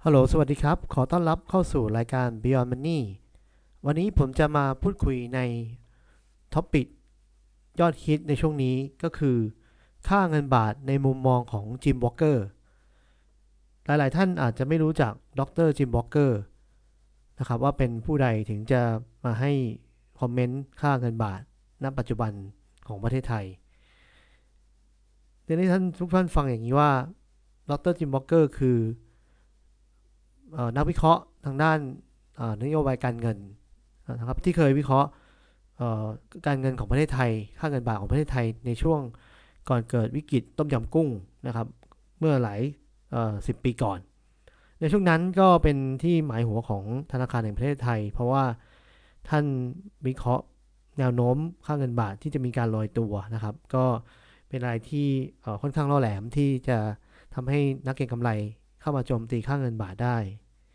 ฮัลโหลสวัสดีครับ ขอต้อนรับเข้าสู่รายการ Beyond Money วันนี้ผมจะมาพูดคุยในท็อปิกยอดฮิตในช่วงนี้ก็คือค่าเงินบาทในมุมมองของจิมวอลเกอร์หลายๆท่านอาจจะไม่รู้จักดรจิมวอลเกอร์นะครับว่าเป็นผู้ใดถึงจะมาให้คอมเมนต์ค่าเงินบาทณปัจจุบันของประเทศไทยเดี๋ยวนี้ท่านทุกท่านฟังอย่างนี้ว่าดรจิมวอลเกอร์คือนักวิเคราะห์ทางด้านนโยบายการเงินนะครับที่เคยวิเคราะห์การเงินของประเทศไทยค่าเงินบาทของประเทศไทยในช่วงก่อนเกิดวิกฤตต้มยำกุ้งนะครับเมื่อหลาย10 ปีก่อนในช่วงนั้นก็เป็นที่หมายหัวของธนาคารแห่งประเทศไทยเพราะว่าท่านวิเคราะห์แนวโน้มค่าเงินบาทที่จะมีการลอยตัวนะครับก็เป็นอะไรที่ค่อนข้างล่อแหลมที่จะทำให้นักเก็งกำไรเข้ามาโจมตีค่าเงินบาทได้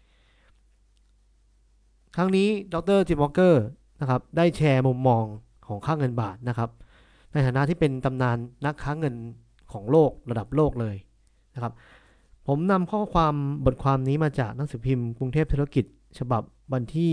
ครั้งนี้ดรจิมวอลเกอร์นะครับได้แชร์มุมมองของค่าเงินบาทนะครับในฐานะที่เป็นตำนานนักค้าเงินของโลกระดับโลกเลยนะครับผมนำข้อความบทความนี้มาจากหนังสือพิมพ์กรุงเทพธุรกิจฉบับวันที่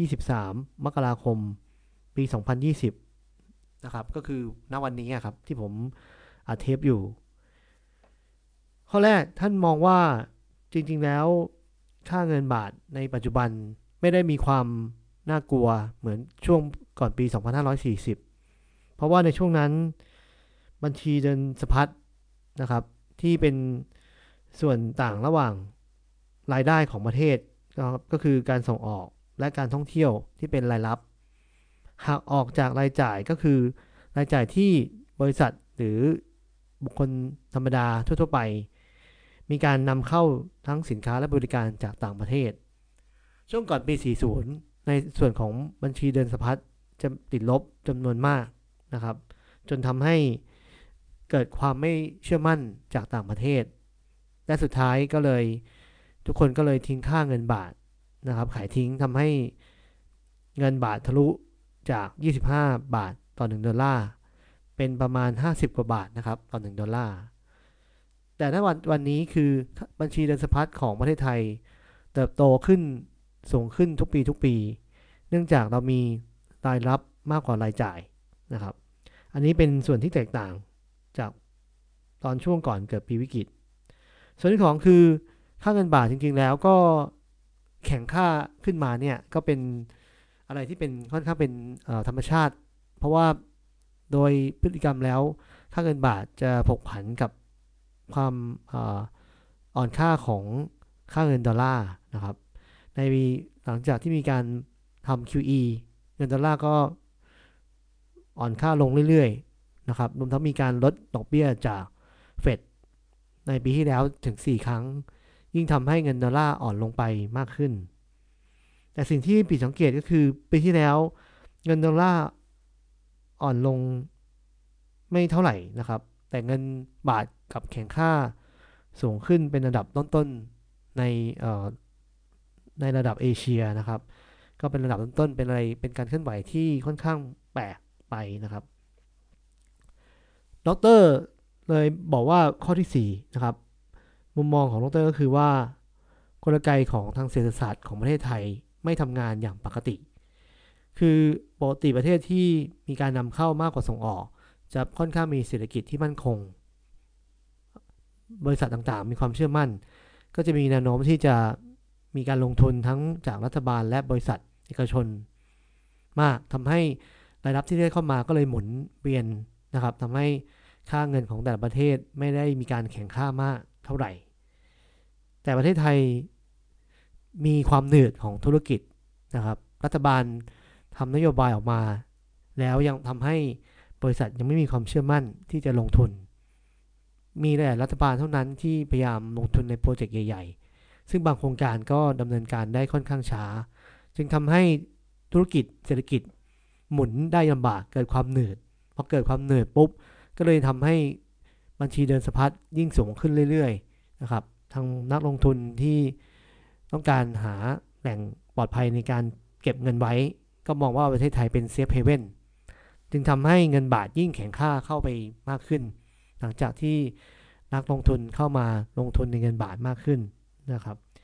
23มกราคมปี2020นะครับก็คือณวันนี้ครับที่ผมอัดเทปอยู่ข้อแรกท่านมองว่าจริงๆแล้วค่าเงินบาทในปัจจุบันไม่ได้มีความน่ากลัวเหมือนช่วงก่อนปี2540เพราะว่าในช่วงนั้นบัญชีเดินสะพัดนะครับที่เป็นส่วนต่างระหว่างรายได้ของประเทศก็คือการส่งออกและการท่องเที่ยวที่เป็นรายรับหากออกจากรายจ่ายก็คือรายจ่ายที่บริษัทหรือบุคคลธรรมดาทั่วๆไปมีการนำเข้าทั้งสินค้าและบริการจากต่างประเทศช่วงก่อนปี40ในส่วนของบัญชีเดินสะพัดจะติดลบจำนวนมากนะครับจนทำให้เกิดความไม่เชื่อมั่นจากต่างประเทศและสุดท้ายก็เลยทุกคนก็เลยทิ้งค่าเงินบาทนะครับขายทิ้งทำให้เงินบาททะลุจาก25บาทต่อ$1เป็นประมาณ50กว่าบาทนะครับต่อ$1แต่ถ้าวันนี้คือบัญชีเดินสะพัดของประเทศไทยเติบโตขึ้นสูงขึ้นทุกปีเนื่องจากเรามีรายรับมากกว่ารายจ่ายนะครับอันนี้เป็นส่วนที่แตกต่างจากตอนช่วงก่อนเกิดปีวิกฤตส่วนที่สองคือค่าเงินบาทจริงๆแล้วก็แข่งค่าขึ้นมาเนี่ยก็เป็นอะไรที่เป็นค่อนข้างเป็นธรรมชาติเพราะว่าโดยพฤติกรรมแล้วค่าเงินบาทจะผกผันกับความอ่อนค่าของค่าเงินดอลลาร์นะครับในหลังจากที่มีการทำ QE เงินดอลลาร์ก็อ่อนค่าลงเรื่อยๆนะครับรวมทั้งมีการลดดอกเบี้ยจากเฟดในปีที่แล้วถึง4ครั้งยิ่งทำให้เงินดอลลาร์อ่อนลงไปมากขึ้นแต่สิ่งที่ผิดสังเกตก็คือปีที่แล้วเงินดอลลาร์อ่อนลงไม่เท่าไหร่นะครับแต่เงินบาทกับแข็งค่าสูงขึ้นเป็นระดับต้นๆในระดับเอเชียนะครับก็เป็นระดับต้นๆเป็นอะไรเป็นการเคลื่อนไหวที่ค่อนข้างแปลกไปนะครับดรเลยบอกว่าข้อที่4นะครับมุมมองของดรก็คือว่ากลไกของทางเศรษฐศาสตร์ของประเทศไทยไม่ทำงานอย่างปกติคือปกติประเทศที่มีการนำเข้ามากกว่าส่งออกจะค่อนข้างมีเศรษฐกิจที่มั่นคงบริษัทต่างๆมีความเชื่อมั่นก็จะมีแนวโน้มที่จะมีการลงทุนทั้งจากรัฐบาลและบริษัทเอกชนมากทำให้รายรับที่ได้เข้ามาก็เลยหมุนเวียนนะครับทำให้ค่าเงินของแต่ละประเทศไม่ได้มีการแข่งข้ามากเท่าไหร่แต่ประเทศไทยมีความหนืดของธุรกิจนะครับรัฐบาลทำนโยบายออกมาแล้วยังทำให้บริษัทยังไม่มีความเชื่อมั่นที่จะลงทุนมีแต่รัฐบาลเท่านั้นที่พยายามลงทุนในโปรเจกต์ใหญ่ๆซึ่งบางโครงการก็ดำเนินการได้ค่อนข้างช้าจึงทำให้ธุรกิจเศรษฐกิจหมุนได้ลำบากเกิดความหนืดพอเกิดความหนืดปุ๊บก็เลยทำให้บัญชีเดินสะพัดยิ่งสูงขึ้นเรื่อยๆนะครับทางนักลงทุนที่ต้องการหาแหล่งปลอดภัยในการเก็บเงินไว้ก็มองว่าประเทศไทยเป็นเซฟเฮเว่นจึงทำให้เงินบาทยิ่งแข็งค่าเข้าไปมากขึ้นหลังจากที่นักลงทุนเข้ามาลงทุนในเงินบาทมากขึ้นนะครับ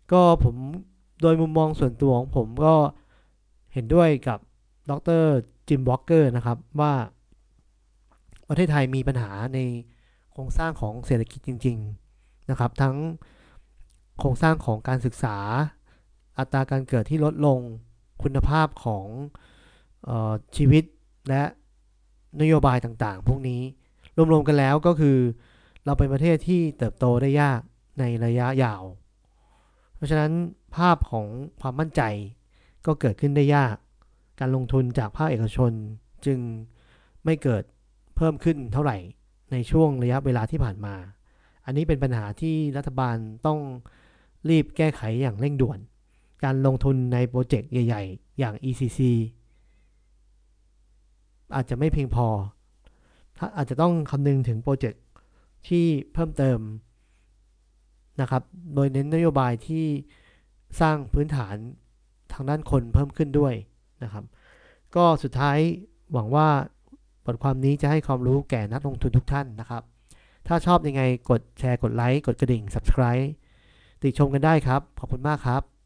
ก็ผมโดยมุมมองส่วนตัวของผมก็เห็นด้วยกับดรจิมวอลเกอร์นะครับว่าประเทศไทยมีปัญหาในโครงสร้างของเศรษฐกิจจริงๆนะครับทั้งโครงสร้างของการศึกษาอัตราการเกิดที่ลดลงคุณภาพของชีวิตและนโยบายต่างๆพวกนี้รวมๆกันแล้วก็คือเราเป็นประเทศที่เติบโตได้ยากในระยะยาวเพราะฉะนั้นภาพของความมั่นใจก็เกิดขึ้นได้ยากการลงทุนจากภาคเอกชนจึงไม่เกิดเพิ่มขึ้นเท่าไหร่ในช่วงระยะเวลาที่ผ่านมาอันนี้เป็นปัญหาที่รัฐบาลต้องรีบแก้ไขอย่างเร่งด่วนการลงทุนในโปรเจกต์ใหญ่ๆอย่าง ECC อาจจะไม่เพียงพอถ้าอาจจะต้องคำนึงถึงโปรเจกต์ที่เพิ่มเติมนะครับโดยเน้นนโยบายที่สร้างพื้นฐานทางด้านคนเพิ่มขึ้นด้วยนะครับก็สุดท้ายหวังว่าบทความนี้จะให้ความรู้แก่นักลงทุนทุกท่านนะครับถ้าชอบยังไงกดแชร์กดไลค์กดกระดิ่ง Subscribe ติชมกันได้ครับขอบคุณมากครับ